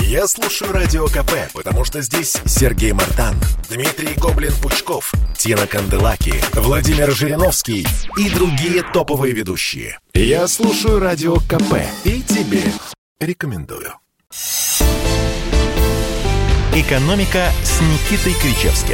Я слушаю Радио КП, потому что здесь Сергей Мартан, Дмитрий Гоблин-Пучков, Тина Канделаки, Владимир Жириновский и другие топовые ведущие. Я слушаю Радио КП и тебе рекомендую. «Экономика» с Никитой Кричевским.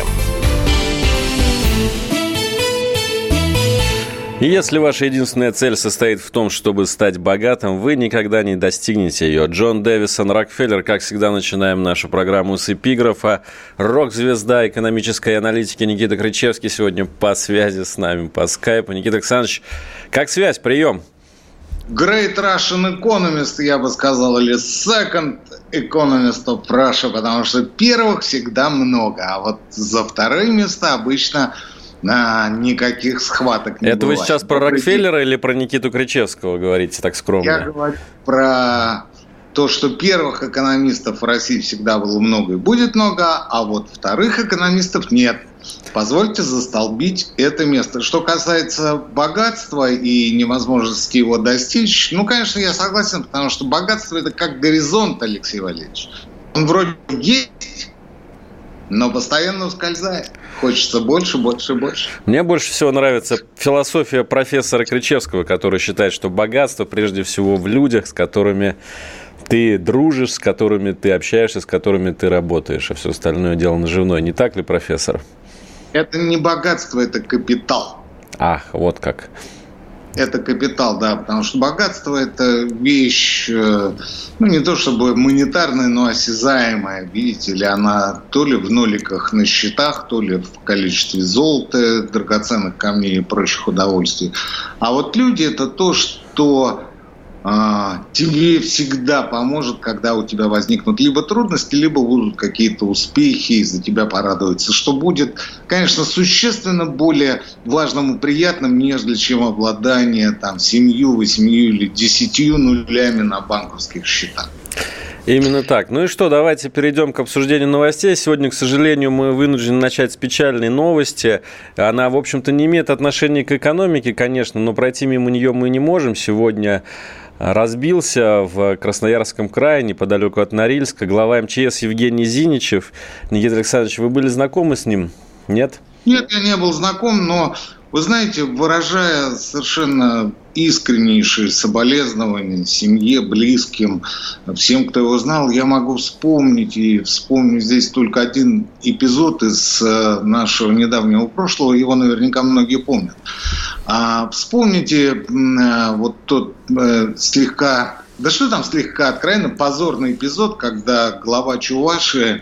И если ваша единственная цель состоит в том, чтобы стать богатым, вы никогда не достигнете ее. Джон Дэвисон Рокфеллер. Как всегда, начинаем нашу программу с эпиграфа. Рок-звезда экономической аналитики Никита Кричевский сегодня по связи с нами по скайпу. Никита Александрович, как связь? Прием. Great Russian Economist, я бы сказал, или Second Economist of Russia, потому что первых всегда много, а вот за вторые места обычно никаких схваток не бывает. Это вы сейчас про Рокфеллера или про Никиту Кричевского говорите так скромно? Я говорю про то, что первых экономистов в России всегда было много и будет много, а вот вторых экономистов нет. Позвольте застолбить это место. Что касается богатства и невозможности его достичь, конечно, я согласен, потому что богатство – это как горизонт, Алексей Валерьевич. Он вроде есть, но постоянно ускользает. Хочется больше, больше, больше. Мне больше всего нравится философия профессора Кричевского, который считает, что богатство прежде всего в людях, с которыми ты дружишь, с которыми ты общаешься, с которыми ты работаешь, а все остальное дело наживное. Не так ли, профессор? Это не богатство, это капитал. Ах, вот как. Это капитал, да, потому что богатство – это вещь, не то чтобы монетарная, но осязаемая, видите ли, она то ли в ноликах на счетах, то ли в количестве золота, драгоценных камней и прочих удовольствий. А вот люди – это то, что тебе всегда поможет, когда у тебя возникнут либо трудности, либо будут какие-то успехи, и за тебя порадуются, что будет, конечно, существенно более важным и приятным, нежели чем обладание 7, 8 или 10 нулями на банковских счетах. Именно так. Ну и что, давайте перейдем к обсуждению новостей. Сегодня, к сожалению, мы вынуждены начать с печальной новости. Она, в общем-то, не имеет отношения к экономике, конечно, но пройти мимо нее мы не можем. Сегодня разбился в Красноярском крае, неподалеку от Норильска, глава МЧС Евгений Зиничев. Никита Александрович, вы были знакомы с ним? Нет? Нет, я не был знаком, но, вы знаете, выражая совершенно искреннейшие соболезнования семье, близким, всем, кто его знал, я могу вспомнить, и вспомню здесь только один эпизод из нашего недавнего прошлого, его наверняка многие помнят. Вспомните вот тот слегка, откровенно позорный эпизод, когда глава Чувашии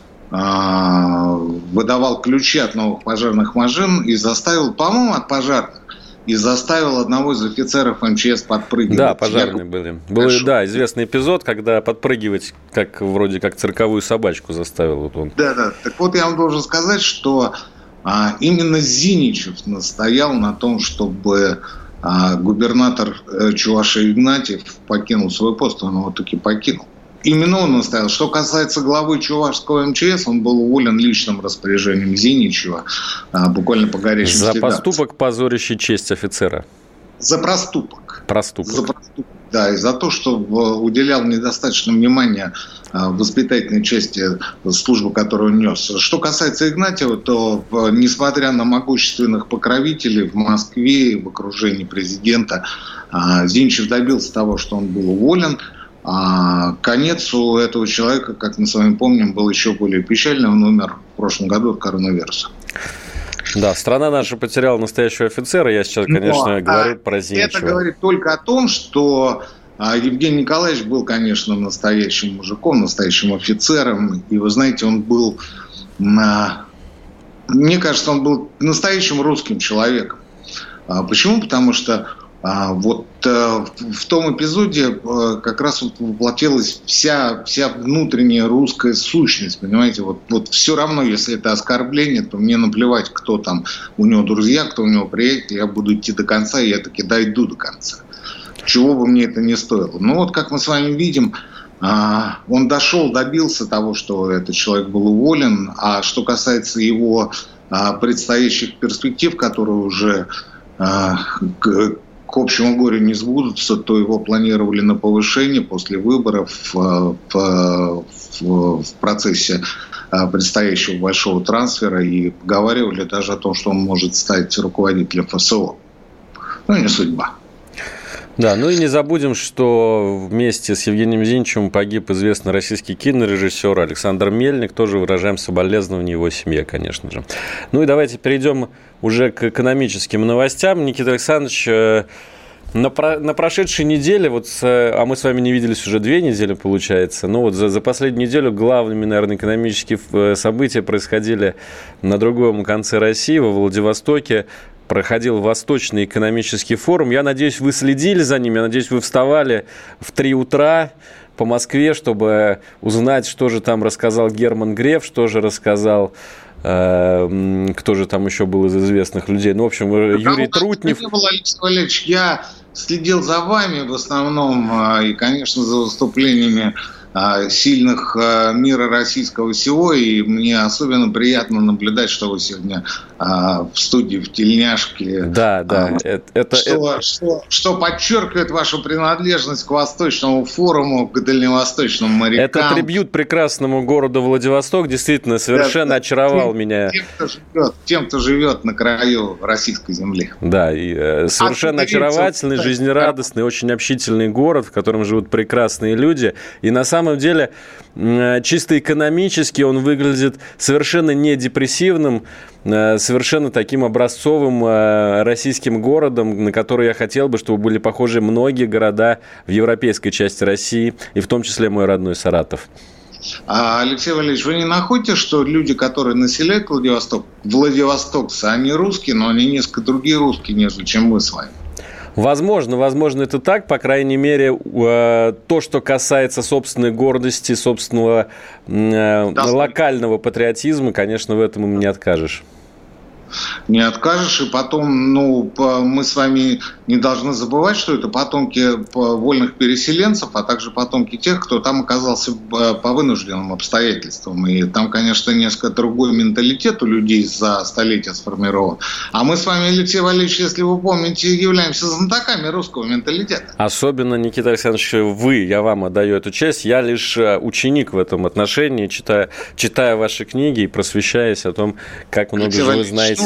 выдавал ключи от новых пожарных машин и заставил, по-моему, от пожарных, и заставил одного из офицеров МЧС подпрыгивать. Да, пожарные были. Был, да, известный эпизод, когда подпрыгивать, вроде как цирковую собачку заставил вот он. Да. Так вот, я вам должен сказать, что именно Зиничев настоял на том, чтобы губернатор Чувашии Игнатьев покинул свой пост. Он его таки покинул. Именно он настоял. Что касается главы Чувашского МЧС, он был уволен личным распоряжением Зиничева, буквально по горячим следам. За поступок, позорящий честь офицера. За проступок. За проступок, да, и за то, что уделял недостаточно внимания воспитательной части службы, которую он нес. Что касается Игнатьева, то, несмотря на могущественных покровителей в Москве и в окружении президента, Зиничев добился того, что он был уволен. Конец у этого человека, как мы с вами помним, был еще более печальный. Он умер в прошлом году от коронавируса. Да, страна наша потеряла настоящего офицера. Я сейчас, конечно, говорю про Зиничева. Это говорит только о том, что Евгений Николаевич был, конечно, настоящим мужиком, настоящим офицером. И вы знаете, он был, мне кажется, он был настоящим русским человеком. Почему? Потому что вот в том эпизоде как раз воплотилась вся внутренняя русская сущность, понимаете, вот все равно, если это оскорбление, то мне наплевать, кто там у него друзья, кто у него приятели, я буду идти до конца, и я таки дойду до конца, чего бы мне это ни стоило. Но вот как мы с вами видим, он добился того, что этот человек был уволен, а что касается его предстоящих перспектив, которые уже к общему горю не сбудутся, то его планировали на повышение после выборов в процессе предстоящего большого трансфера и поговаривали даже о том, что он может стать руководителем ФСО. Ну, не судьба. Да, ну и не забудем, что вместе с Евгением Зиничевым погиб известный российский кинорежиссер Александр Мельник. Тоже выражаем соболезнования его семье, конечно же. Ну и давайте перейдем уже к экономическим новостям. Никита Александрович, на прошедшей неделе, а мы с вами не виделись уже 2 недели, получается, но вот за последнюю неделю главными, наверное, экономические события происходили на другом конце России, во Владивостоке. Проходил Восточный экономический форум. Я надеюсь, вы следили за ним. Я надеюсь, вы вставали в 3 утра по Москве, чтобы узнать, что же там рассказал Герман Греф, что же рассказал, кто же там еще был из известных людей. Ну, в общем, Юрий Трутнев. Алексей Валерьевич, я следил за вами в основном и, конечно, за выступлениями сильных мира российского всего, и мне особенно приятно наблюдать, что вы сегодня в студии в тельняшке. Да. Что подчеркивает вашу принадлежность к Восточному форуму, к дальневосточным морякам. Это трибьют прекрасному городу Владивосток, действительно, совершенно очаровал меня. Тем, кто живет на краю российской земли. Да, и совершенно очаровательный, жизнерадостный, очень общительный город, в котором живут прекрасные люди, и на самом деле, чисто экономически он выглядит совершенно не депрессивным, совершенно таким образцовым российским городом, на который я хотел бы, чтобы были похожи многие города в европейской части России, и в том числе мой родной Саратов. Алексей Валерьевич, вы не находите, что люди, которые населяют владивостокцы, они русские, но они несколько другие русские, нежели чем мы с вами? Возможно, это так. По крайней мере, то, что касается собственной гордости, собственного локального патриотизма, конечно, в этом им не откажешь. Не откажешь, и потом, мы с вами не должны забывать, что это потомки вольных переселенцев, а также потомки тех, кто там оказался по вынужденным обстоятельствам. И там, конечно, несколько другой менталитет у людей за столетия сформирован. А мы с вами, Алексей Валерьевич, если вы помните, являемся знатоками русского менталитета. Особенно, Никита Александрович, я вам отдаю эту честь. Я лишь ученик в этом отношении, читая ваши книги и просвещаясь о том, как много же вы знаете.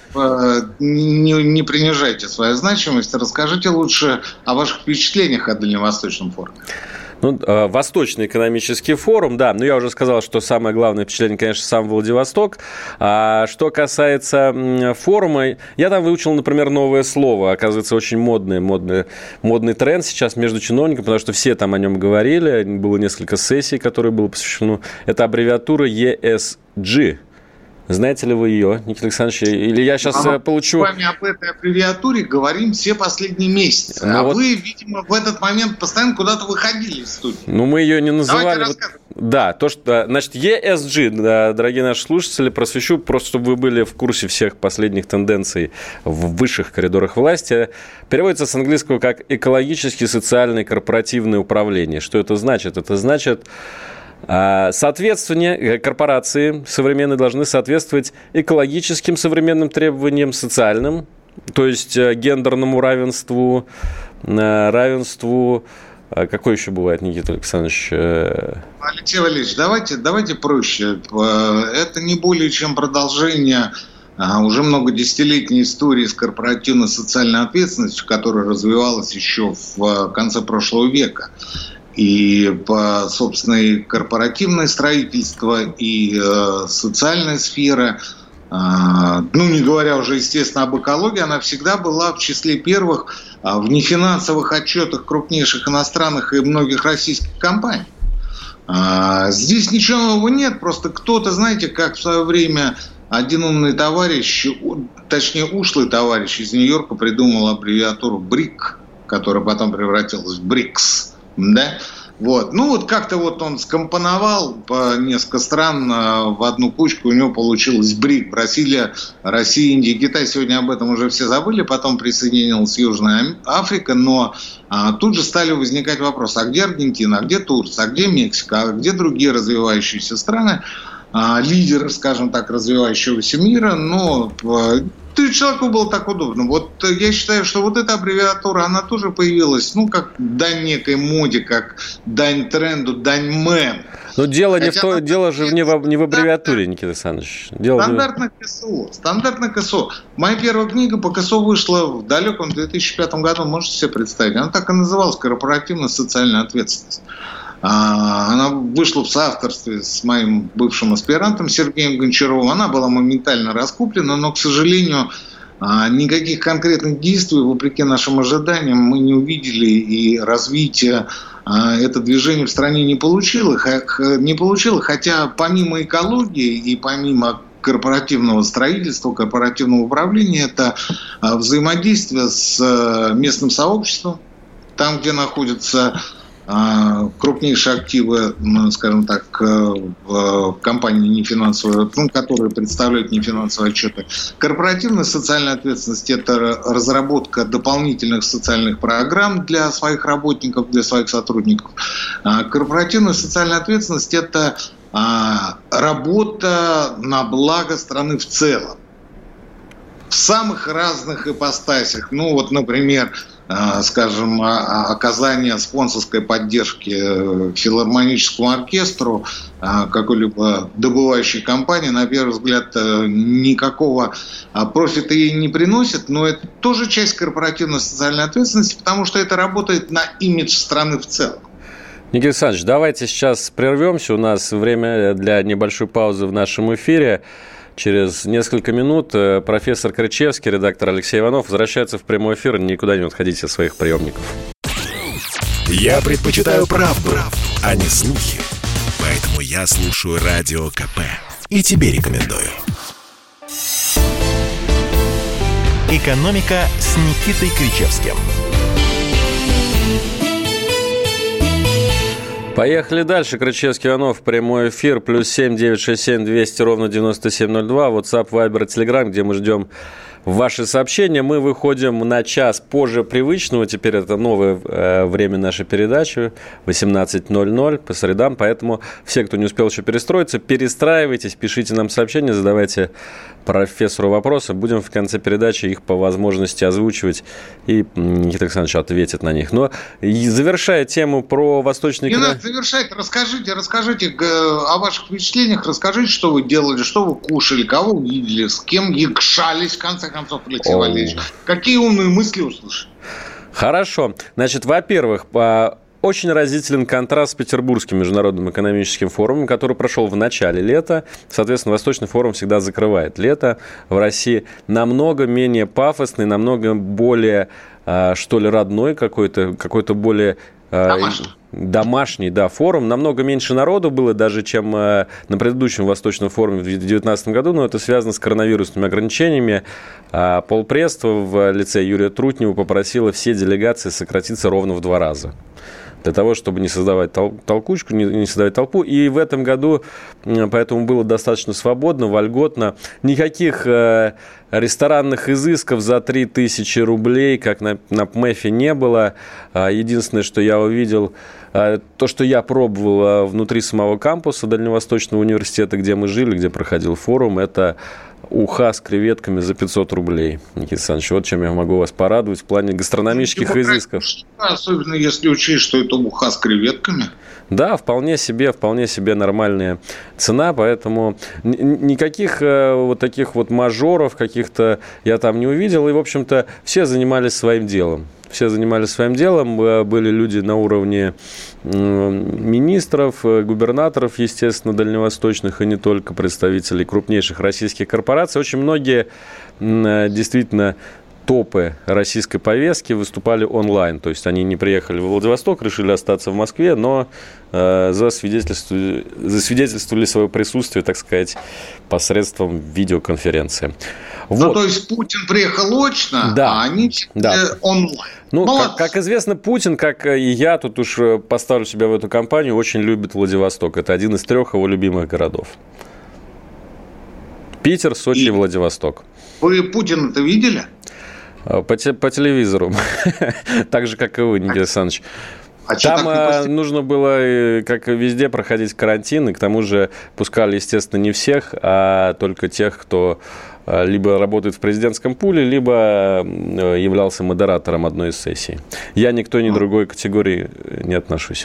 Не принижайте свою значимость. Расскажите лучше о ваших впечатлениях о Дальневосточном форуме. Восточный экономический форум, да, я уже сказал, что самое главное впечатление, конечно, сам Владивосток. А что касается форума, я там выучил, например, новое слово, оказывается, очень модный тренд сейчас между чиновниками, потому что все там о нем говорили, было несколько сессий, которые было посвящено. Это аббревиатура ESG. Знаете ли вы ее, Никита Александрович? Или я сейчас получу... Мы с вами об этой аббревиатуре говорим все последние месяцы. Вы, видимо, в этот момент постоянно куда-то выходили из студии. Мы ее не называли... Да, значит, ESG, дорогие наши слушатели, просвещу, просто чтобы вы были в курсе всех последних тенденций в высших коридорах власти. Переводится с английского как «экологически, социальное, корпоративное управление». Что это значит? Это значит... Соответственно, корпорации современные должны соответствовать экологическим современным требованиям, социальным, то есть гендерному равенству, какой еще бывает, Никита Александрович? Алексей Валерьевич, давайте проще. Это не более чем продолжение уже много десятилетней истории с корпоративно-социальной ответственностью, которая развивалась еще в конце прошлого века. И по собственной корпоративное строительство, и социальная сфера, не говоря уже, естественно, об экологии, она всегда была в числе первых в нефинансовых отчетах крупнейших иностранных и многих российских компаний. Здесь ничего нового нет, просто кто-то, знаете, как в свое время один умный товарищ, точнее ушлый товарищ из Нью-Йорка придумал аббревиатуру BRIC, которая потом превратилась в BRICS. Да? Как-то он скомпоновал по несколько стран в одну кучку, у него получилось БРИК. Бразилия, Россия, Индия, Китай. Сегодня об этом уже все забыли, потом присоединилась Южная Африка, но тут же стали возникать вопросы, а где Аргентина, а где Турция, а где Мексика, а где другие развивающиеся страны, лидеры, скажем так, развивающегося мира, человеку было так удобно. Вот я считаю, что вот эта аббревиатура, она тоже появилась, как дань некой моде, как дань тренду, дань мем. Но дело же не в аббревиатуре, Никита Александрович. Стандартная КСО. Моя первая книга по КСО вышла в далеком 2005 году, можете себе представить. Она так и называлась «Корпоративно-социальная ответственность». Она вышла в соавторстве с моим бывшим аспирантом Сергеем Гончаровым. Она была моментально раскуплена, но, к сожалению, никаких конкретных действий, вопреки нашим ожиданиям, мы не увидели, и развитие это движение в стране не получило. Хотя помимо экологии и помимо корпоративного строительства, корпоративного управления, это взаимодействие с местным сообществом, там, где находятся крупнейшие активы, скажем так, компании нефинансовые, которые представляют нефинансовые отчеты. Корпоративная социальная ответственность – это разработка дополнительных социальных программ для своих работников, для своих сотрудников. Корпоративная социальная ответственность – это работа на благо страны в целом. В самых разных ипостасях. Например, скажем, оказание спонсорской поддержки филармоническому оркестру какой-либо добывающей компании, на первый взгляд, никакого профита ей не приносит, но это тоже часть корпоративной социальной ответственности, потому что это работает на имидж страны в целом. Никита Александрович, давайте сейчас прервемся. У нас время для небольшой паузы в нашем эфире. Через несколько минут профессор Кричевский, редактор Алексей Иванов возвращается в прямой эфир. Никуда не отходите от своих приемников. Я предпочитаю правду, а не слухи. Поэтому я слушаю Радио КП. И тебе рекомендую. «Экономика» с Никитой Кричевским. Поехали дальше. Кричевский, Иванов, прямой эфир. +7 967 200 ровно 9702. WhatsApp, Viber, Telegram, где мы ждем ваши сообщения. Мы выходим на час позже привычного. Теперь это новое время нашей передачи. 18:00 по средам. Поэтому все, кто не успел еще перестроиться, перестраивайтесь, пишите нам сообщения, задавайте профессору вопросы. Будем в конце передачи их по возможности озвучивать. И Никита Александрович ответит на них. Но завершая тему про Восточный Китай... Не надо завершать. Расскажите о ваших впечатлениях. Расскажите, что вы делали, что вы кушали, кого увидели, с кем якшались, в конце концов, Алексей Валерьевич. Какие умные мысли услышали? Хорошо. Значит, во-первых, очень разителен контраст с Петербургским международным экономическим форумом, который прошел в начале лета. Соответственно, Восточный форум всегда закрывает лето. В России намного менее пафосный, намного более, родной какой-то более... Домашний, форум. Намного меньше народу было даже, чем на предыдущем Восточном форуме в 2019 году, но это связано с коронавирусными ограничениями. Полпредства в лице Юрия Трутнева попросило все делегации сократиться ровно в 2 раза. Для того, чтобы не создавать толкучку, не создавать толпу. И в этом году поэтому было достаточно свободно, вольготно. Никаких ресторанных изысков за 3000 рублей, как на ПМЭФе, не было. Единственное, что я увидел, то, что я пробовал внутри самого кампуса Дальневосточного университета, где мы жили, где проходил форум, это уха с креветками за 500 рублей. Никита Александрович, вот чем я могу вас порадовать в плане гастрономических изысков. Особенно если учесть, что это уха с креветками. Да, вполне себе нормальная цена, поэтому никаких вот таких вот мажоров каких-то я там не увидел, и, в общем-то, все занимались своим делом. Были люди на уровне министров, губернаторов, естественно, дальневосточных, и не только, представителей крупнейших российских корпораций. Очень многие действительно топы российской повестки выступали онлайн. То есть они не приехали в Владивосток, решили остаться в Москве, но засвидетельствовали свое присутствие, так сказать, посредством видеоконференции. Вот. То есть Путин приехал очно, да, а они онлайн. Как известно, Путин, как и я, тут уж поставлю себя в эту компанию, очень любит Владивосток. Это один из 3 его любимых городов. Питер, Сочи и Владивосток. Вы Путина-то видели? По телевизору. Так же, как и вы, Никита Александрович. Там нужно было, как и везде, проходить карантин, и к тому же пускали, естественно, не всех, а только тех, кто либо работает в президентском пуле, либо являлся модератором одной из сессий. Я ни к той, ни к другой категории не отношусь.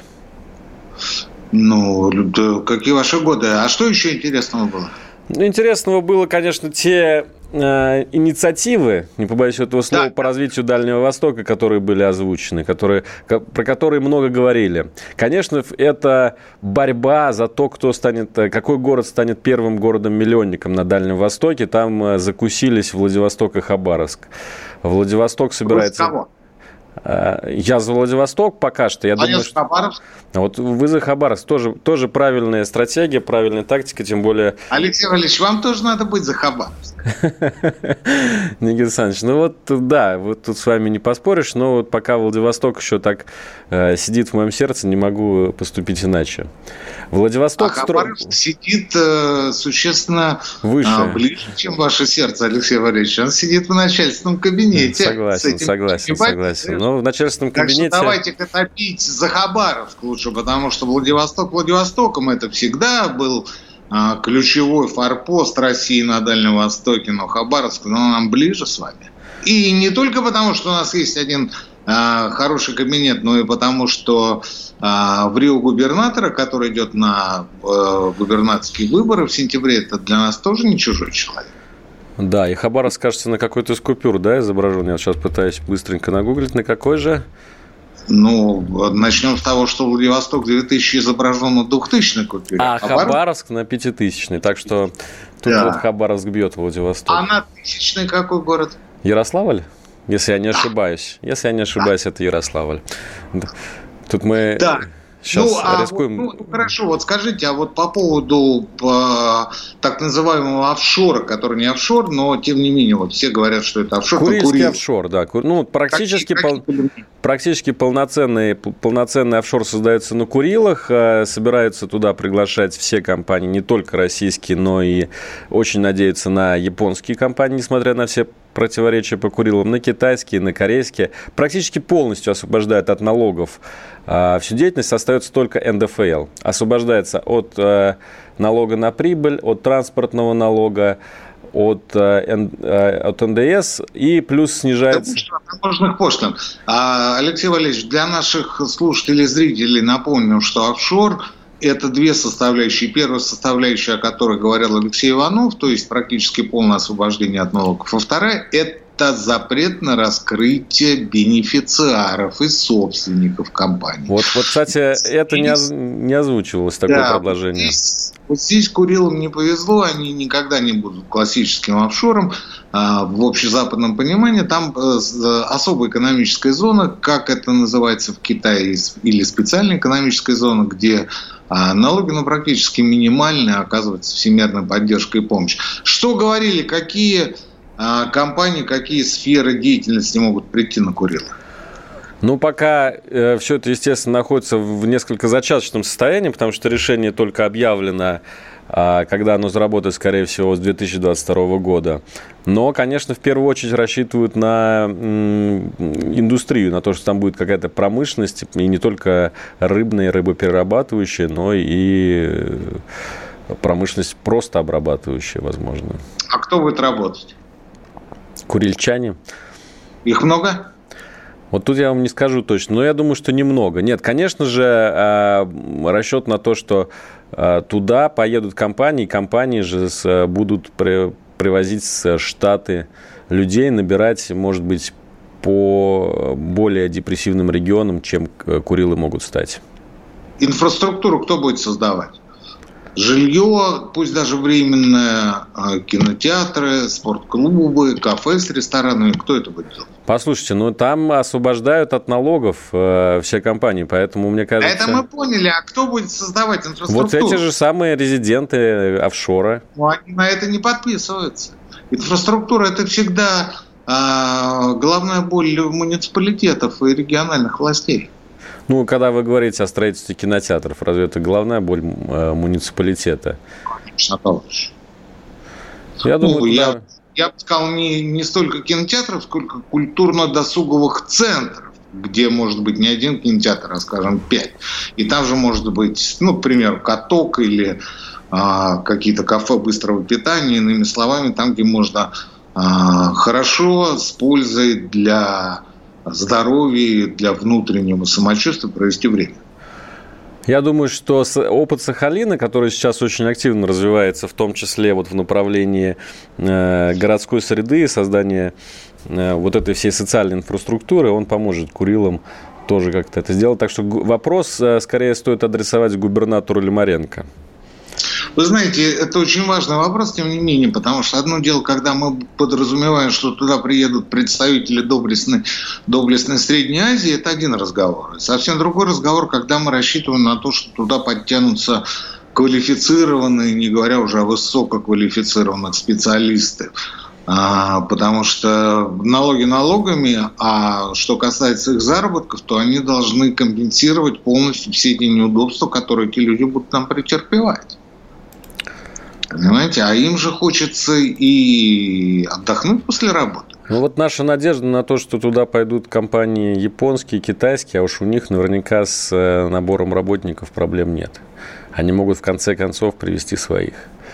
Ну, какие ваши годы? А что еще интересного было? Интересного было, конечно, те инициативы, не побоюсь этого слова, по развитию Дальнего Востока, которые были озвучены, про которые много говорили. Конечно, это борьба за то, какой город станет первым городом-миллионником на Дальнем Востоке. Там закусились Владивосток и Хабаровск. Владивосток собирается... Кого? Я за Владивосток пока что. Я думаю, что... Хабаровск? Вот вы за Хабаровск. Тоже правильная стратегия, правильная тактика, тем более... Алексей Валерьевич, вам тоже надо быть за Хабаровск. Никита Александрович, ну вот да, вот тут с вами не поспоришь, но вот пока Владивосток еще так сидит в моем сердце, не могу поступить иначе. Владивосток... Хабаровск сидит существенно выше, ближе, чем ваше сердце, Алексей Валерьевич. Он сидит в начальственном кабинете. Согласен. Но в начальственном кабинете... Так что давайте-ка топить за Хабаровск лучше, потому что Владивосток Владивостоком это всегда был ключевой форпост России на Дальнем Востоке, но Хабаровск нам ближе с вами. И не только потому, что у нас есть один хороший кабинет, но и потому, что в Рио губернатора, который идет на губернаторские выборы в сентябре, это для нас тоже не чужой человек. Да, и Хабаровск, кажется, на какой-то из купюр, да, изображен? Я вот сейчас пытаюсь быстренько нагуглить, на какой же... Ну, начнем с того, что Владивосток 2000 изображен на 2000-й купюре. А Хабаровск на 5000-й. Так что тут вот Хабаровск бьет Владивосток. А на 1000-й какой город? Ярославль? Если я не ошибаюсь. Это Ярославль. Тут мы... Да. Сейчас рискуем. Хорошо, вот скажите, а вот по поводу так называемого офшора, который не офшор, но тем не менее, вот все говорят, что это офшор. Курильский офшор, да. Ну, практически полноценный офшор создается на Курилах. Собираются туда приглашать все компании, не только российские, но и очень надеются на японские компании, несмотря на все противоречия по Курилам, на китайские, на корейские. Практически полностью освобождают от налогов. Всю деятельность остается только НДФЛ. Освобождается от налога на прибыль, от транспортного налога, от НДС и плюс снижается... Таможенных пошлин. Алексей Валерьевич, для наших слушателей и зрителей напомню, что офшор – это две составляющие. Первая составляющая, о которой говорил Алексей Иванов, то есть практически полное освобождение от налогов. А вторая – это запрет на раскрытие бенефициаров и собственников компаний. Вот кстати, это не озвучивалось, такое предложение. Вот здесь Курилам не повезло, они никогда не будут классическим офшором. В общезападном понимании там особая экономическая зона, как это называется в Китае, или специальная экономическая зона, где налоги практически минимальные, оказывается всемирная поддержка и помощь. Что говорили, какие компании, какие сферы деятельности могут прийти на Курилы? Ну, пока все это, естественно, находится в несколько зачаточном состоянии, потому что решение только объявлено, когда оно заработает, скорее всего, с 2022 года. Но, конечно, в первую очередь рассчитывают на индустрию, на то, что там будет какая-то промышленность, и не только рыбная, рыбоперерабатывающая, но и промышленность просто обрабатывающая, возможно. А кто будет работать? Курильчане. Их много? Вот тут я вам не скажу точно, но я думаю, что немного. Нет, конечно же, расчет на то, что туда поедут компании же будут привозить с Штаты людей, набирать, может быть, по более депрессивным регионам, чем Курилы могут стать. Инфраструктуру кто будет создавать? Жилье, пусть даже временное, кинотеатры, спортклубы, кафе с ресторанами. Кто это будет делать? Послушайте, там освобождают от налогов все компании, поэтому, мне кажется... Это мы поняли, а кто будет создавать инфраструктуру? Вот эти же самые резиденты офшора. Они на это не подписываются. Инфраструктура – это всегда головная боль муниципалитетов и региональных властей. Ну, когда вы говорите о строительстве кинотеатров, разве это головная боль муниципалитета? Конечно, товарищ. Я думаю, я бы сказал, не столько кинотеатров, сколько культурно-досуговых центров, где может быть не один кинотеатр, а, скажем, 5. И там же может быть, к примеру, каток или какие-то кафе быстрого питания, иными словами, там, где можно хорошо, с пользой для здоровья, для внутреннего самочувствия провести время. Я думаю, что опыт Сахалина, который сейчас очень активно развивается, в том числе вот в направлении городской среды, создания вот этой всей социальной инфраструктуры, он поможет Курилам тоже как-то это сделать. Так что вопрос скорее стоит адресовать губернатору Лимаренко. Вы знаете, это очень важный вопрос, тем не менее, потому что одно дело, когда мы подразумеваем, что туда приедут представители доблестной Средней Азии, это один разговор. Совсем другой разговор, когда мы рассчитываем на то, что туда подтянутся квалифицированные, не говоря уже о высококвалифицированных специалистах. Потому что налоги налогами, а что касается их заработков, то они должны компенсировать полностью все те неудобства, которые эти люди будут нам претерпевать. Понимаете, а им же хочется и отдохнуть после работы. Ну вот наша надежда на то, что туда пойдут компании японские, китайские, а уж у них наверняка с набором работников проблем нет. Они могут в конце концов привести своих.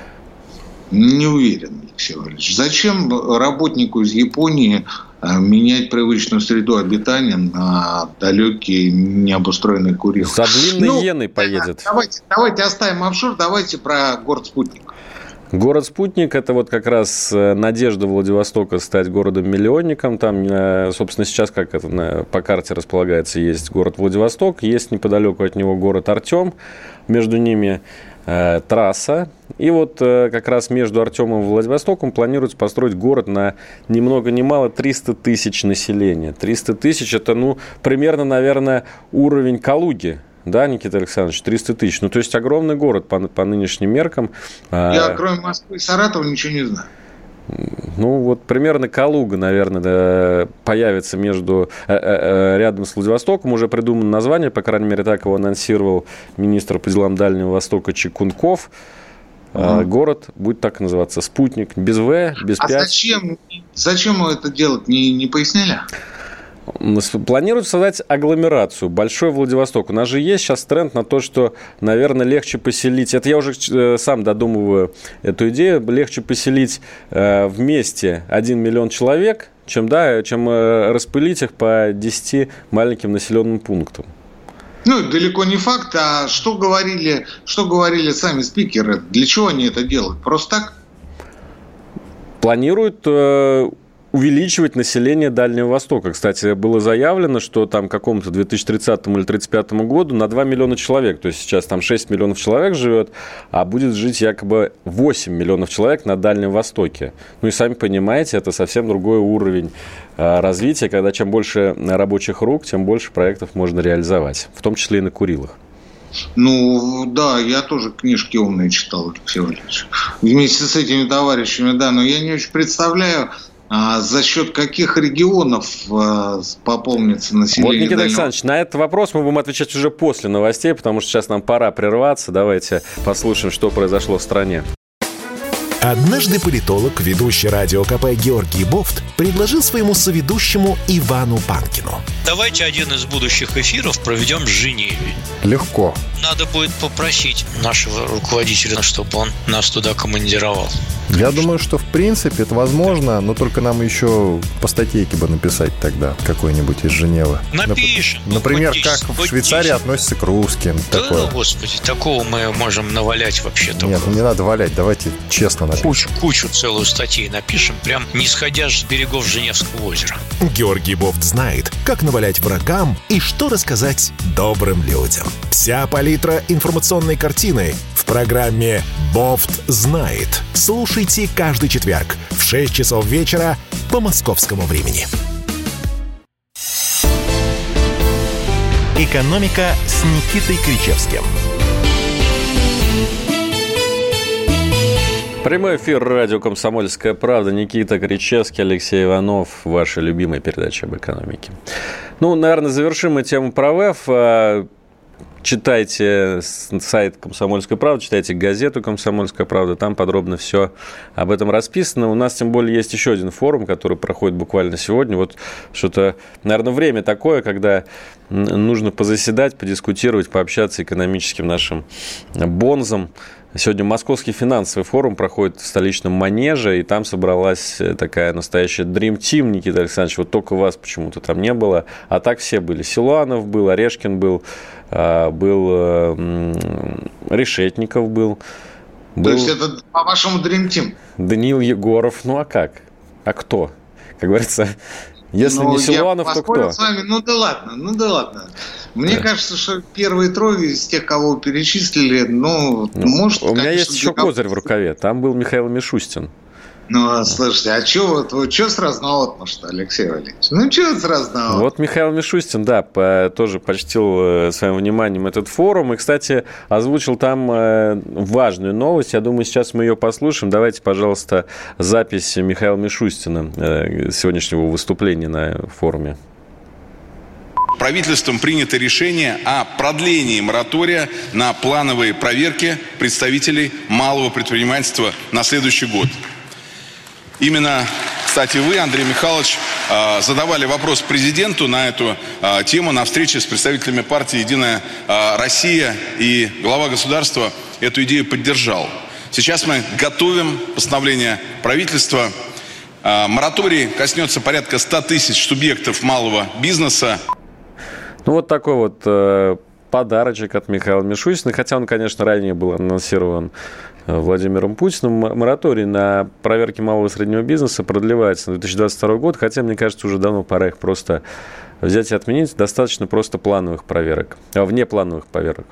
Не уверен, Алексей Валерьевич. Зачем работнику из Японии менять привычную среду обитания на далекие необустроенные Курилы? За длинной иеной поедет. Давайте оставим офшор, давайте про город-спутник. Город-спутник – это вот как раз надежда Владивостока стать городом-миллионником. Там, собственно, сейчас как это по карте располагается, есть город Владивосток, есть неподалеку от него город Артем, между ними трасса. И вот как раз между Артемом и Владивостоком планируется построить город на ни много ни мало 300 тысяч населения. 300 тысяч – это, примерно, наверное, уровень Калуги. Да, Никита Александрович, 300 тысяч. То есть огромный город по нынешним меркам. Я, кроме Москвы и Саратова, ничего не знаю. Вот примерно Калуга, наверное, появится рядом с Владивостоком. Уже придумано название, по крайней мере, так его анонсировал министр по делам Дальнего Востока Чекунков. Город будет так называться. Спутник. Без В, без 5. А зачем это делать, не поясняли? Планируют создать агломерацию, Большой Владивосток. У нас же есть сейчас тренд на то, что, наверное, легче поселить, это я уже сам додумываю эту идею, легче поселить вместе 1 миллион человек, чем распылить их по 10 маленьким населенным пунктам. Далеко не факт, а что говорили сами спикеры, для чего они это делают? Просто так? Планируют увеличивать население Дальнего Востока. Кстати, было заявлено, что там к какому-то 2030 или 2035 году на 2 миллиона человек, то есть сейчас там 6 миллионов человек живет, а будет жить якобы 8 миллионов человек на Дальнем Востоке. И сами понимаете, это совсем другой уровень развития, когда чем больше рабочих рук, тем больше проектов можно реализовать, в том числе и на Курилах. Да, я тоже книжки умные читал, Алексей Валерьевич. Вместе с этими товарищами, да, но я не очень представляю, за счет каких регионов пополнится население. Вот, Никита Александрович, на этот вопрос мы будем отвечать уже после новостей, потому что сейчас нам пора прерваться. Давайте послушаем, что произошло в стране. Однажды политолог, ведущий радио КП Георгий Бофт, предложил своему соведущему Ивану Панкину: давайте один из будущих эфиров проведем с Женевой. Легко. Надо будет попросить нашего руководителя, чтобы он нас туда командировал. Я думаю, что в принципе это возможно, но только нам еще по статейке бы написать тогда какой-нибудь из Женевы. Напишем. Например, как в Швейцарии относятся к русским. Да, такое. Господи, такого мы можем навалять вообще-то. Нет, не надо валять, давайте честно напишем. Кучу целую статей напишем, прям не сходя с берегов Женевского озера. Георгий Бофт знает, как навалять врагам и что рассказать добрым людям. Вся палитра информационной картины в программе «Бофт знает». Слушайте каждый четверг в 6 часов вечера по московскому времени. «Экономика» с Никитой Кричевским. Прямой эфир радио «Комсомольская правда». Никита Кричевский, Алексей Иванов. Ваша любимая передача об экономике. Наверное, завершим мы тему про ВЭФ. Читайте сайт «Комсомольской правды», читайте газету «Комсомольская правда», там подробно все об этом расписано. У нас, тем более, есть еще один форум, который проходит буквально сегодня. Вот что-то, наверное, время такое, когда нужно позаседать, подискутировать, пообщаться экономическим нашим бонзам. Сегодня Московский финансовый форум проходит в столичном Манеже, и там собралась такая настоящая Dream Team, Никита Александрович. Вот только вас почему-то там не было. А так все были. Силуанов был, Орешкин был, Решетников был. То есть это по-вашему Dream Team? Даниил Егоров. Ну а как? А кто? Как говорится... Если не Силуанов, то кто? С вами. Ну да ладно. Мне кажется, что первые трое из тех, кого вы перечислили, может... У меня есть еще козырь в рукаве. Там был Михаил Мишустин. Ну, слушайте, а что сразу на отмашь, что, Алексей Валерьевич? Ну, что сразу на отмашь? Вот Михаил Мишустин, да, тоже почтил своим вниманием этот форум. И, кстати, озвучил там важную новость. Я думаю, сейчас мы ее послушаем. Давайте, пожалуйста, запись Михаила Мишустина сегодняшнего выступления на форуме. Правительством принято решение о продлении моратория на плановые проверки представителей малого предпринимательства на следующий год. Именно, кстати, вы, Андрей Михайлович, задавали вопрос президенту на эту тему на встрече с представителями партии «Единая Россия», и глава государства эту идею поддержал. Сейчас мы готовим постановление правительства. Мораторий коснется порядка 100 тысяч субъектов малого бизнеса. Ну, вот такой вот подарочек от Михаила Мишустина. Хотя он, конечно, ранее был анонсирован Владимиром Путиным. Мораторий на проверки малого и среднего бизнеса продлевается на 2022 год, хотя, мне кажется, уже давно пора их просто взять и отменить. Достаточно просто плановых проверок, внеплановых проверок.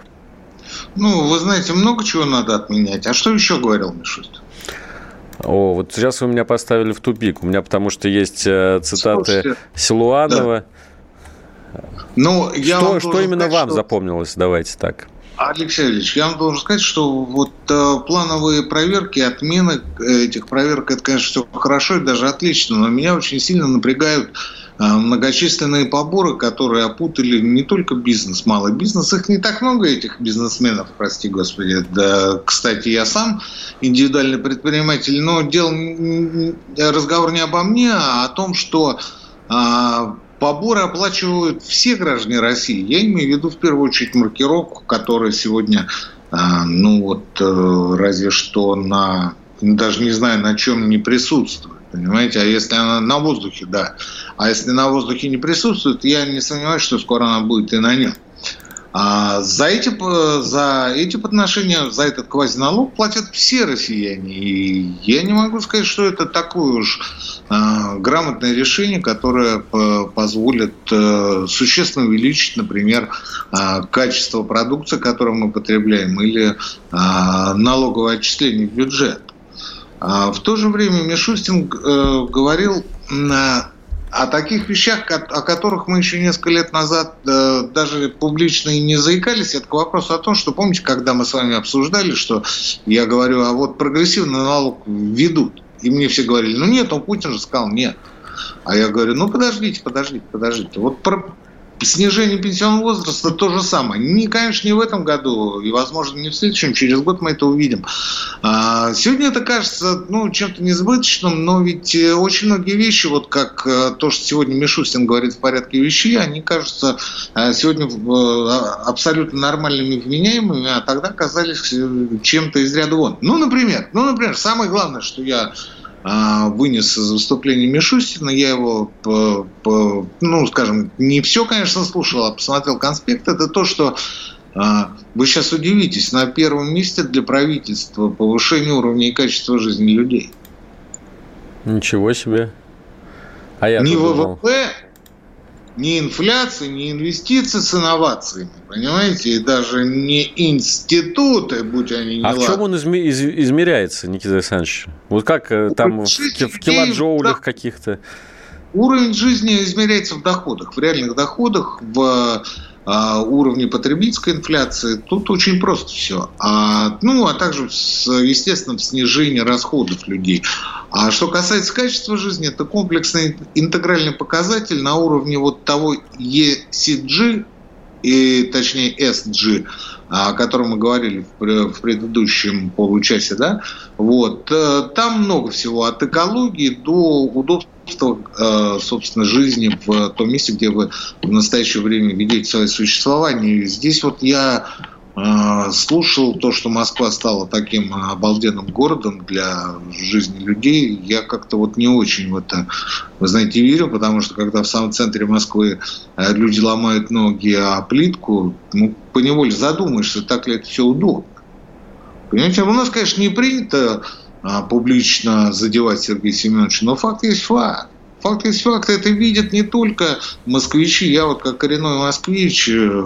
Ну, вы знаете, много чего надо отменять. А что еще говорил Мишустин? Вот сейчас вы меня поставили в тупик. У меня потому что есть цитаты Силуанова. Да. Ну, что именно вам запомнилось? Давайте так. Алексей Ильич, я вам должен сказать, что вот плановые проверки, отмены этих проверок, это, конечно, все хорошо и даже отлично, но меня очень сильно напрягают многочисленные поборы, которые опутали не только бизнес, малый бизнес. Их не так много, этих бизнесменов, прости господи. Да, кстати, я сам индивидуальный предприниматель, но разговор не обо мне, а о том, что поборы оплачивают все граждане России. Я имею в виду в первую очередь маркировку, которая сегодня, разве что даже не знаю, на чем не присутствует. Понимаете? А если она на воздухе, да. А если на воздухе не присутствует, я не сомневаюсь, что скоро она будет и на нем. За эти подношения, за этот квазиналог платят все россияне. И я не могу сказать, что это такое уж грамотное решение, которое позволит существенно увеличить, например, качество продукции, которую мы потребляем, или налоговое отчисление в бюджет. В то же время Мишустин говорил о таких вещах, о которых мы еще несколько лет назад даже публично и не заикались. Это к вопросу о том, что, помните, когда мы с вами обсуждали, что я говорю, а вот прогрессивный налог введут. И мне все говорили, нет, Путин же сказал нет. А я говорю, подождите. Вот про снижение пенсионного возраста то же самое. Конечно, не в этом году, и, возможно, не в следующем, через год мы это увидим. Сегодня это кажется, чем-то несбыточным, но ведь очень многие вещи, вот как то, что сегодня Мишустин говорит в порядке вещей, они кажутся сегодня абсолютно нормальными, вменяемыми, а тогда казались чем-то из ряда вон. Например, самое главное, что я вынес из выступления Мишустина, я его, не все, конечно, слушал, а посмотрел конспект, это то, что вы сейчас удивитесь, на первом месте для правительства повышение уровня и качества жизни людей. Ничего себе. А я не думал... ВВП, не инфляции, не инвестиции с инновациями, понимаете, и даже не институты, будь они не ладны. А в чем он измеряется, Никита Александрович? Вот как там в килоджоулях каких-то? Уровень жизни измеряется в доходах, в реальных доходах, в уровне потребительской инфляции. Тут очень просто все. А также, естественно, в снижении расходов людей. А что касается качества жизни, это комплексный интегральный показатель на уровне вот того ESG, точнее SG, о котором мы говорили в предыдущем получасе, да? Там много всего, от экологии до удобства, собственно, жизни в том месте, где вы в настоящее время ведете свое существование. И здесь я слушал то, что Москва стала таким обалденным городом для жизни людей, я как-то вот не очень в это, вы знаете, верю, потому что когда в самом центре Москвы люди ломают ноги о плитку, поневоле задумаешься, так ли это все удобно. Понимаете, у нас, конечно, не принято публично задевать Сергея Семеновича, но факт есть факт. Факт есть факт, это видят не только москвичи. Я вот как коренной москвич,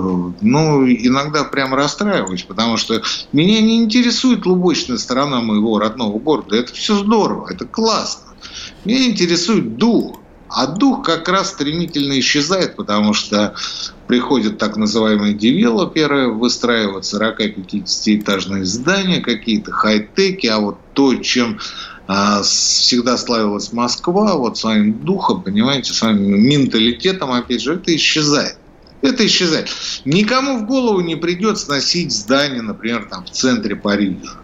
иногда прям расстраиваюсь, потому что меня не интересует лубочная сторона моего родного города. Это все здорово, это классно. Меня интересует дух. А дух как раз стремительно исчезает, потому что приходят так называемые девелоперы, выстраивают 40-50-этажные здания, какие-то хай-теки, а вот то, чем всегда славилась Москва, вот своим духом, понимаете, своим менталитетом, опять же, это исчезает. Это исчезает. Никому в голову не придет сносить здание, например, там в центре Парижа.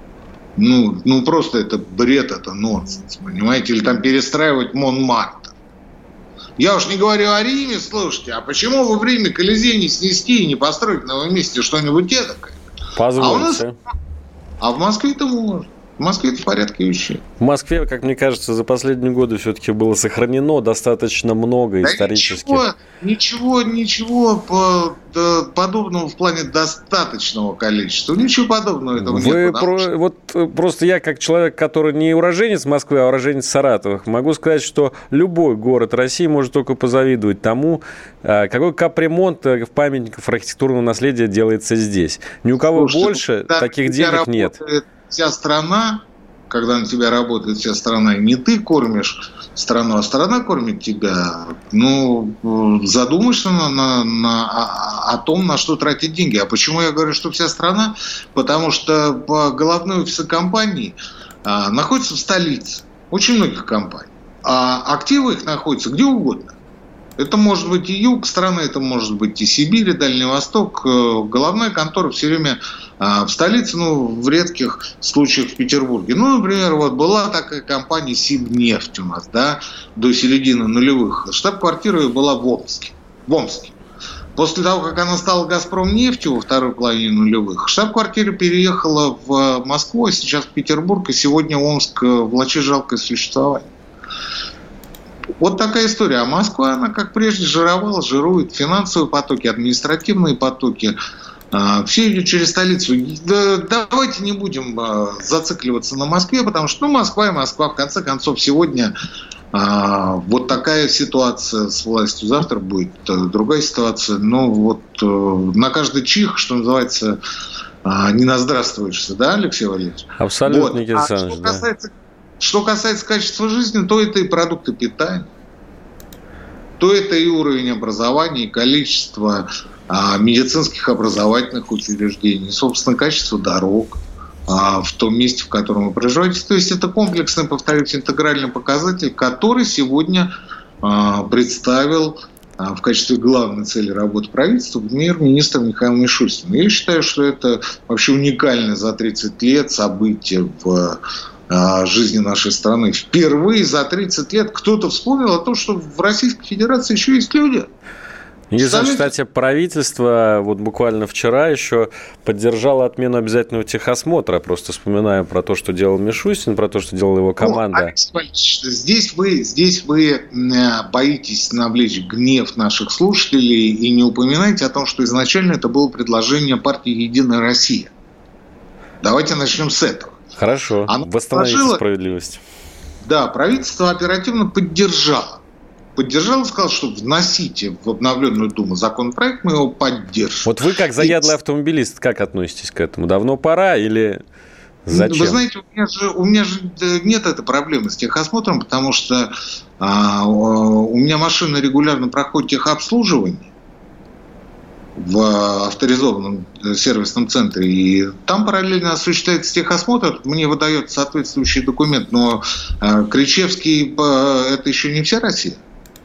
Просто это бред, это нонсенс, понимаете, или там перестраивать Монмартр. Я уж не говорю о Риме, слушайте, а почему вы в Риме Колизей не снести и не построить на новом месте что-нибудь эдакое? Позвольте. А в Москве-то можно. В Москве это в порядке вещей. В Москве, как мне кажется, за последние годы все-таки было сохранено достаточно много исторических. Ничего подобного в плане достаточного количества. Ничего подобного этого нет. Просто я, как человек, который не уроженец Москвы, а уроженец Саратова, могу сказать, что любой город России может только позавидовать тому, какой капремонт в памятников архитектурного наследия делается здесь. Ни у кого больше таких денег нет. Вся страна, когда на тебя работает вся страна, и не ты кормишь страну, а страна кормит тебя, задумаешься о том, на что тратить деньги. А почему я говорю, что вся страна? Потому что головной офис компаний находится в столице, очень многих компаний, а активы их находятся где угодно. Это может быть и юг страны, это может быть и Сибирь, и Дальний Восток. Головная контора все время в столице, в редких случаях в Петербурге. Например, была такая компания «Сибнефть» у нас, до середины нулевых. Штаб-квартира ее была в Омске. После того, как она стала «Газпромнефтью» во второй половине нулевых, штаб-квартира переехала в Москву, а сейчас в Петербург, и сегодня Омск влачит жалкое существование. Вот такая история. А Москва, она как прежде жировала, жирует. Финансовые потоки, административные потоки. Все идет через столицу. Давайте не будем зацикливаться на Москве, потому что Москва и Москва. В конце концов, сегодня вот такая ситуация с властью. Завтра будет другая ситуация. На каждый чих, что называется, не наздравствуешься, Алексей Валерьевич? Абсолютно, Никита Александрович, Что касается качества жизни, то это и продукты питания, то это и уровень образования, и количество медицинских образовательных учреждений, и, собственно, качество дорог в том месте, в котором вы проживаете. То есть это комплексный, повторюсь, интегральный показатель, который сегодня представил в качестве главной цели работы правительства премьер-министр Михаил Мишустин. Я считаю, что это вообще уникальное за 30 лет событие в жизни нашей страны. Впервые за 30 лет кто-то вспомнил о том, что в Российской Федерации еще есть люди. Кстати, правительство буквально вчера еще поддержало отмену обязательного техосмотра. Просто вспоминаю про то, что делал Мишустин, про то, что делала его команда. Алексей Валерьевич, здесь вы боитесь навлечь гнев наших слушателей и не упоминаете о том, что изначально это было предложение партии «Единая Россия». Давайте начнем с этого. Хорошо, восстановите справедливость. Да, правительство оперативно поддержало. Поддержал и сказал, что вносите в обновленную Думу законопроект, мы его поддержим. Вот вы, как заядлый автомобилист, как относитесь к этому? Давно пора или зачем? Вы знаете, у меня же нет этой проблемы с техосмотром, потому что у меня машина регулярно проходит техобслуживание в авторизованном сервисном центре, и там параллельно осуществляется техосмотр, мне выдается соответствующий документ, но Кричевский – это еще не вся Россия.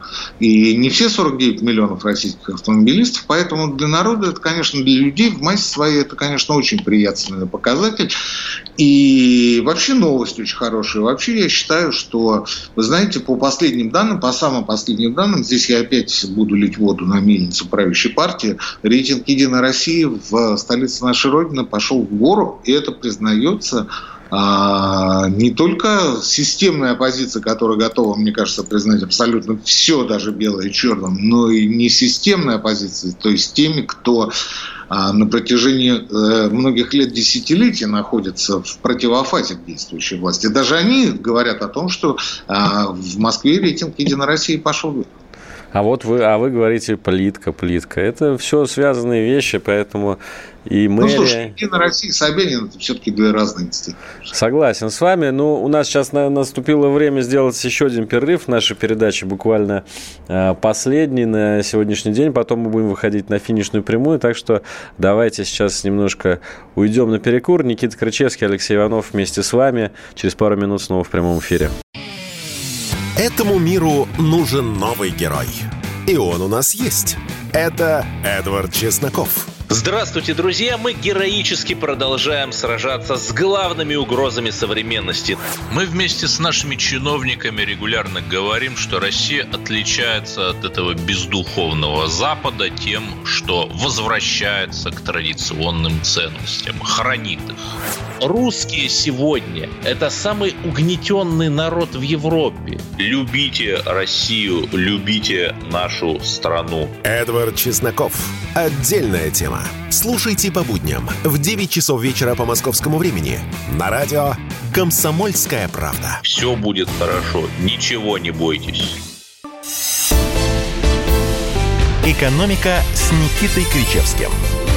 И не все 49 миллионов российских автомобилистов, поэтому для народа это, конечно, для людей в массе своей, это, конечно, очень приятный показатель. И вообще новость очень хорошая. Вообще я считаю, что, вы знаете, по последним данным, по самым последним данным, здесь я опять буду лить воду на мельницу правящей партии, рейтинг «Единой России» в столице нашей Родины пошел в гору, и это признается не только системная оппозиция, которая готова, мне кажется, признать абсолютно все, даже белое и черное, но и несистемная оппозиция, то есть теми, кто на протяжении многих лет, десятилетий находится в противофазе к действующей власти. Даже они говорят о том, что в Москве рейтинг «Единой России» пошел вверх. А вы говорите плитка. Это все связанные вещи, поэтому и мэрия... слушай, «Единая Россия» и Собянин – это все-таки две разные институции. Согласен с вами. У нас сейчас наступило время сделать еще один перерыв в нашей передаче, буквально последний на сегодняшний день. Потом мы будем выходить на финишную прямую, так что давайте сейчас немножко уйдем на перекур. Никита Крычевский, Алексей Иванов вместе с вами. Через пару минут снова в прямом эфире. Этому миру нужен новый герой. И он у нас есть. Это Эдвард Чесноков. Здравствуйте, друзья! Мы героически продолжаем сражаться с главными угрозами современности. Мы вместе с нашими чиновниками регулярно говорим, что Россия отличается от этого бездуховного Запада тем, что возвращается к традиционным ценностям, хранит их. Русские сегодня – это самый угнетенный народ в Европе. Любите Россию, любите нашу страну. Эдвард Чесноков. Отдельная тема. Слушайте по будням в 9 часов вечера по московскому времени на радио «Комсомольская правда». Все будет хорошо, ничего не бойтесь. «Экономика» с Никитой Кричевским.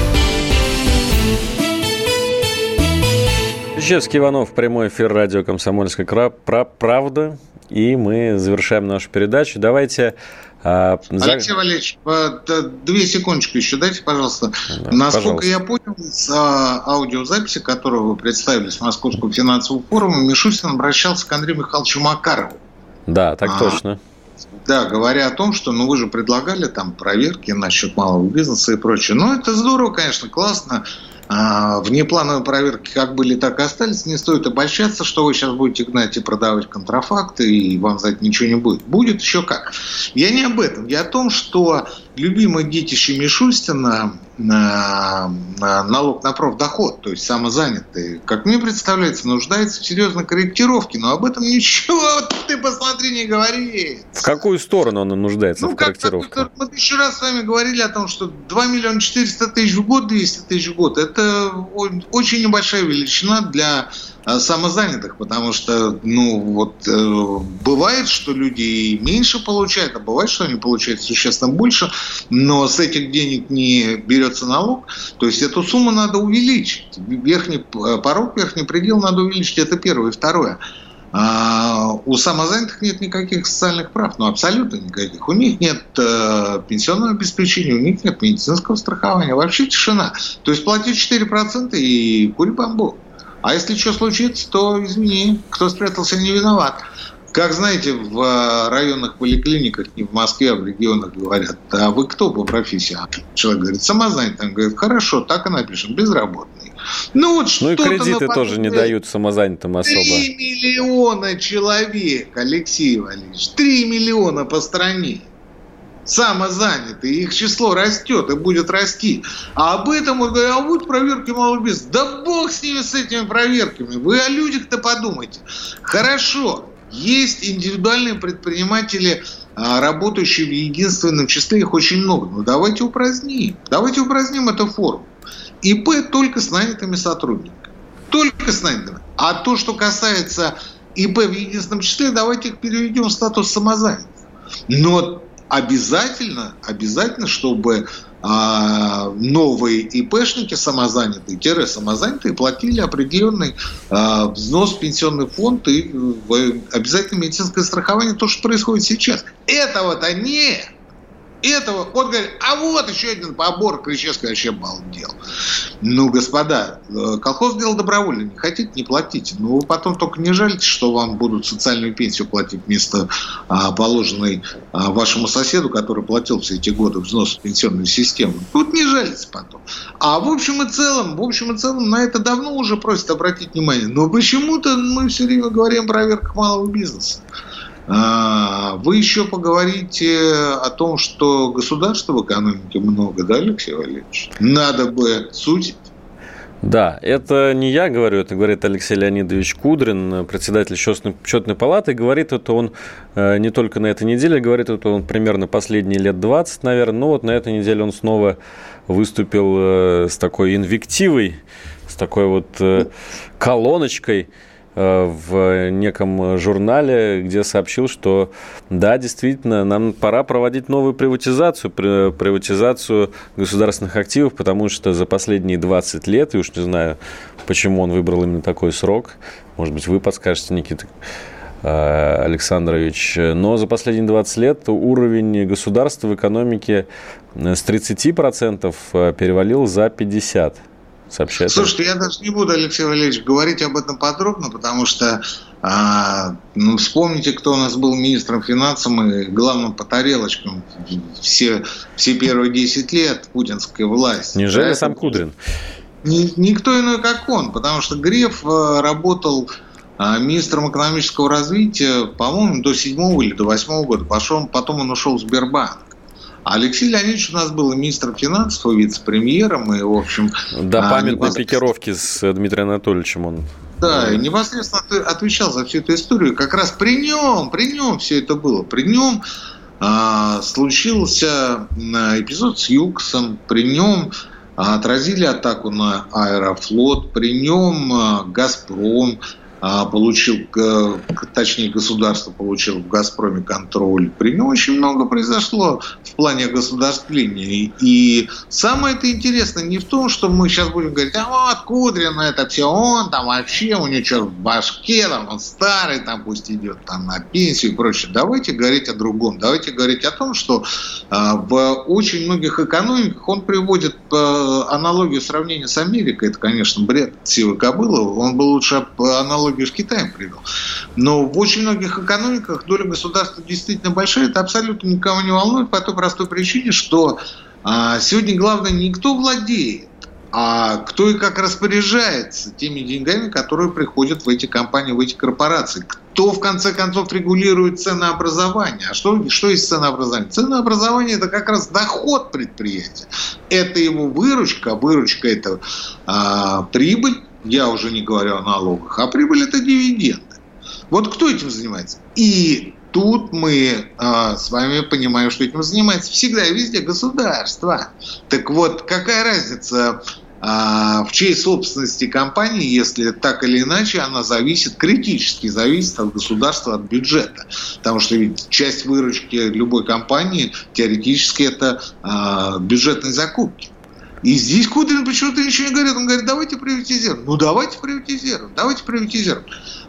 Кричевский, Иванов, прямой эфир радио «Комсомольская правда». И мы завершаем нашу передачу. Давайте... Алексей Валерьевич, 2 секундочки еще дайте, пожалуйста. Да, насколько я понял, с аудиозаписи, которую вы представили с Московского финансового форума, Мишустин обращался к Андрею Михайловичу Макарову. Да, так точно. Да, говоря о том, что вы же предлагали там проверки насчет малого бизнеса и прочее. Это здорово, конечно, классно. Внеплановые проверки как были, так и остались. Не стоит обольщаться, что вы сейчас будете гнать и продавать контрафакты, и вам за это ничего не будет. Будет еще как. Я не об этом. Я о том, что любимое детище Мишустина налог на профдоход, то есть самозанятые, как мне представляется, нуждается в серьезной корректировке, но об этом ничего, ты посмотри, не говори. В какую сторону он нуждается в корректировке? Мы еще раз с вами говорили о том, что 2 400 000 в год, 200 000 в год, это очень небольшая величина для самозанятых, потому что, бывает, что люди и меньше получают, а бывает, что они получают существенно больше, но с этих денег не берется налог, то есть эту сумму надо увеличить, верхний порог, верхний предел надо увеличить, это первое. И второе, у самозанятых нет никаких социальных прав, абсолютно никаких, у них нет пенсионного обеспечения, у них нет медицинского страхования, вообще тишина, то есть плати 4% и кури бамбук. А если что случится, то, извини, кто спрятался, не виноват. Как знаете, в районных поликлиниках, не в Москве, а в регионах говорят, а вы кто по профессии? Человек говорит, самозанятый. Он говорит, хорошо, так и напишем, безработный. И кредиты тоже не дают самозанятым особо. 3 миллиона человек, Алексей Валерьевич, 3 миллиона по стране. Самозанятые, их число растет и будет расти. А об этом вот говорят, а вот проверки малого бизнеса. Да бог с ними, с этими проверками. Вы о людях-то подумайте. Хорошо, есть индивидуальные предприниматели, работающие в единственном числе, их очень много. Давайте упраздним. Давайте упраздним эту форму. ИП только с нанятыми сотрудниками. Только с нанятыми. А то, что касается ИП в единственном числе, давайте их переведем в статус самозанятых. Но обязательно, чтобы новые ИПшники самозанятые платили определенный взнос в пенсионный фонд и обязательно медицинское страхование, то, что происходит сейчас. Этого-то нет. этого, вот говорит, а вот еще один побор, Кричевский вообще балдел. Ну, господа, колхоз дело добровольно, не хотите, не платите. Но вы потом только не жалите, что вам будут социальную пенсию платить вместо положенной вашему соседу, который платил все эти годы взнос в пенсионную систему. Тут не жалите потом. А в общем и целом, на это давно уже просят обратить внимание. Но почему-то мы все время говорим о проверках малого бизнеса. Вы еще поговорите о том, что государства в экономике много, да, Алексей Валерьевич? Надо бы сузить. Да, это не я говорю, это говорит Алексей Леонидович Кудрин, председатель счетной палаты. Говорит это он не только на этой неделе, говорит это он примерно последние лет 20, наверное. Но вот на этой неделе он снова выступил с такой инвективой, с такой вот колоночкой в неком журнале, где сообщил, что да, действительно, нам пора проводить новую приватизацию государственных активов, потому что за последние 20 лет, и уж не знаю, почему он выбрал именно такой срок, может быть, вы подскажете, Никита Александрович, но за последние 20 лет уровень государства в экономике с 30% перевалил за 50%. Сообщает. Слушайте, я даже не буду, Алексей Валерьевич, говорить об этом подробно, потому что вспомните, кто у нас был министром финансов и главным по тарелочкам все первые 10 лет путинской власти. Неужели сам Кудрин? Никто иной, как он, потому что Греф работал министром экономического развития, по-моему, до 7 или до 8 года, потом он ушел в Сбербанк. Алексей Леонидович у нас был и министром финансов, и вице-премьером, и, в общем... До памятной пикировки с Дмитрием Анатольевичем он... Да, и непосредственно отвечал за всю эту историю. Как раз при нем все это было. При нем случился эпизод с ЮКСом, при нем отразили атаку на Аэрофлот, при нем «Газпром» получил, точнее, государство получило в «Газпроме» контроль. При нем очень много произошло в плане государствления. И самое это интересное не в том, что мы сейчас будем говорить, а вот Кудрин, это все он, там вообще у него что в башке, там он старый, там пусть идет там на пенсию и прочее. Давайте говорить о другом. Давайте говорить о том, что в очень многих экономиках он приводит аналогию сравнения с Америкой. Это, конечно, бред сивой кобылы. Он бы лучше аналогию с Китаем привел. Но в очень многих экономиках доля государства действительно большая. Это абсолютно никого не волнует по той простой причине, что сегодня главное не кто владеет, а кто и как распоряжается теми деньгами, которые приходят в эти компании, в эти корпорации. Кто, в конце концов, регулирует ценообразование. А что есть ценообразование? Ценообразование – это как раз доход предприятия. Это его выручка. Выручка – это прибыль. Я уже не говорю о налогах. А прибыль – это дивиденды. Вот кто этим занимается? И тут мы с вами понимаем, что этим занимается всегда и везде государство. Так вот, какая разница, в чьей собственности компании, если так или иначе она критически зависит от государства, от бюджета. Потому что ведь часть выручки любой компании теоретически это бюджетные закупки. И здесь Кудрин почему-то ничего не говорит. Он говорит, давайте приватизируем. Ну, давайте приватизируем.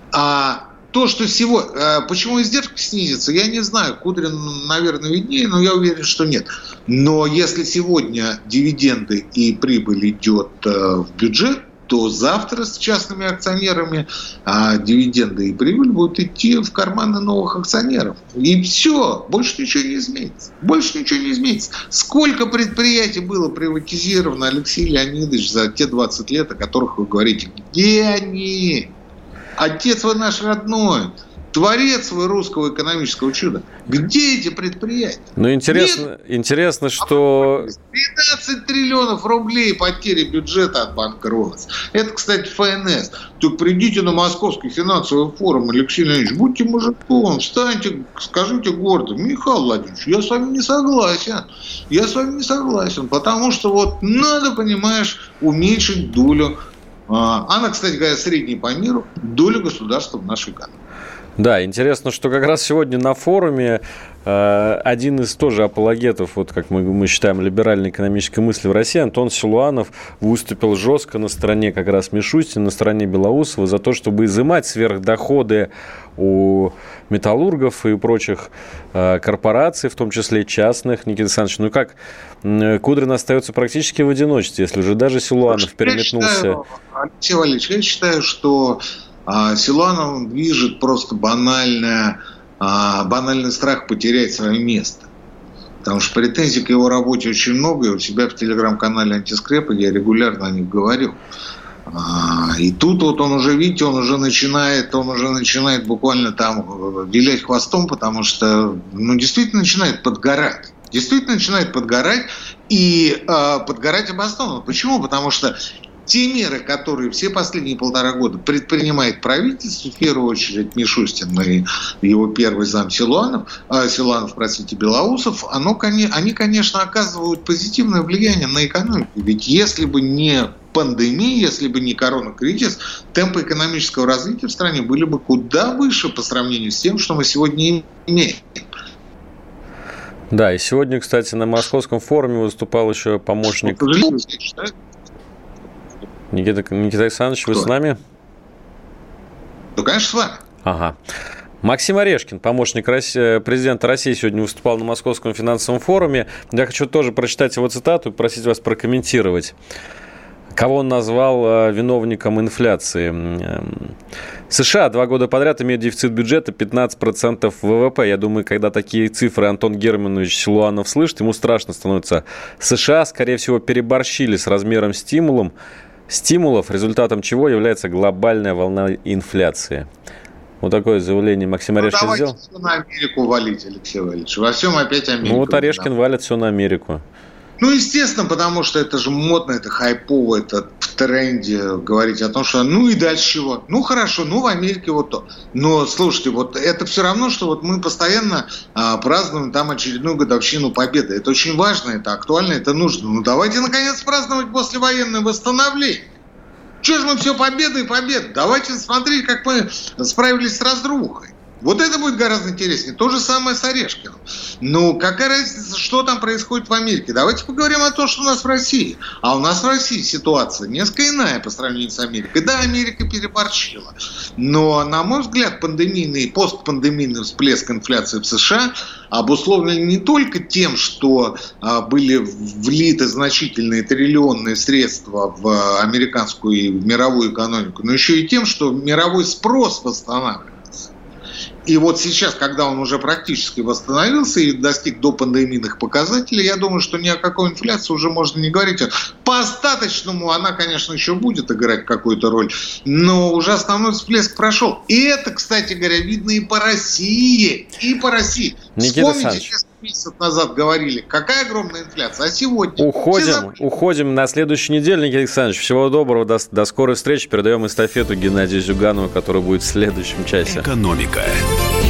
А то, что почему издержки снизятся, я не знаю. Кудрин, наверное, виднее, но я уверен, что нет. Но если сегодня дивиденды и прибыль идет в бюджет, то завтра с частными акционерами дивиденды и прибыль будут идти в карманы новых акционеров. И все, больше ничего не изменится. Сколько предприятий было приватизировано, Алексей Леонидович, за те 20 лет, о которых вы говорите? Где они? Отец вы наш родной. Творец вы русского экономического чуда. Где эти предприятия? Ну, интересно, что... 13 триллионов рублей потери бюджета от банкротства. Это, кстати, ФНС. Так придите на Московский финансовый форум, Алексей Леонидович, будьте мужиком, встаньте, скажите гордо: Михаил Владимирович, я с вами не согласен. Потому что вот надо, понимаешь, уменьшить долю. Она, кстати говоря, средней по миру, долю государства в нашей экономике. Да, интересно, что как раз сегодня на форуме один из тоже апологетов, вот как мы считаем, либеральной экономической мысли в России, Антон Силуанов, выступил жестко на стороне как раз Мишустина, на стороне Белоусова за то, чтобы изымать сверхдоходы у металлургов и прочих корпораций, в том числе частных. Никита Александрович, ну как, Кудрин остается практически в одиночестве, если уже даже Силуанов переметнулся. Алексей Валерьевич, я считаю, что Силуановым движет просто банальный страх потерять свое место. Потому что претензий к его работе очень много, и у себя в телеграм-канале «Антискрепы» я регулярно о них говорю. И тут вот он уже, видите, он уже начинает буквально там вилять хвостом, потому что, действительно начинает подгорать. И подгорать обоснованно. Почему? Потому что те меры, которые все последние 1,5 года предпринимает правительство, в первую очередь Мишустин и его первый зам Белоусов, они, конечно, оказывают позитивное влияние на экономику. Ведь если бы не пандемия, если бы не коронакризис, темпы экономического развития в стране были бы куда выше по сравнению с тем, что мы сегодня имеем. Да, и сегодня, кстати, на Московском форуме выступал еще помощник... Никита Александрович, вы с нами? Ну, конечно, с вами. Ага. Максим Орешкин, помощник президента России, сегодня выступал на Московском финансовом форуме. Я хочу тоже прочитать его цитату и просить вас прокомментировать. Кого он назвал виновником инфляции? США 2 года подряд имеют дефицит бюджета 15% ВВП. Я думаю, когда такие цифры Антон Германович Силуанов слышит, ему страшно становится. США, скорее всего, переборщили с размером стимулов, результатом чего является глобальная волна инфляции. Вот такое заявление Максим Орешкин сделал. Давайте все на Америку валить, Алексей Валерьевич. Во всем опять Америка. Ну вот Орешкин валит все на Америку. Ну, естественно, потому что это же модно, это хайпово, это в тренде говорить о том, что и дальше чего? Ну, хорошо, в Америке вот то. Но, слушайте, вот это все равно, что вот мы постоянно празднуем там очередную годовщину Победы. Это очень важно, это актуально, это нужно. Ну, давайте, наконец, праздновать послевоенное восстановление. Чего же мы все победа и победа? Давайте смотреть, как мы справились с разрухой. Вот это будет гораздо интереснее. То же самое с Орешкиным. Ну, какая разница, что там происходит в Америке? Давайте поговорим о том, что у нас в России. А у нас в России ситуация несколько иная по сравнению с Америкой. Да, Америка переборщила. Но, на мой взгляд, постпандемийный всплеск инфляции в США обусловлен не только тем, что были влиты значительные триллионные средства в американскую и в мировую экономику, но еще и тем, что мировой спрос восстанавливается. И вот сейчас, когда он уже практически восстановился и достиг допандемийных показателей, я думаю, что ни о какой инфляции уже можно не говорить. По остаточному она, конечно, еще будет играть какую-то роль, но уже основной всплеск прошел. И это, кстати говоря, видно и по России. Вспомните, несколько месяцев назад говорили, какая огромная инфляция, а сегодня... Уходим на следующую неделю, Никита Александрович. Всего доброго, до скорой встречи. Передаем эстафету Геннадию Зюганову, который будет в следующем часе. Экономика.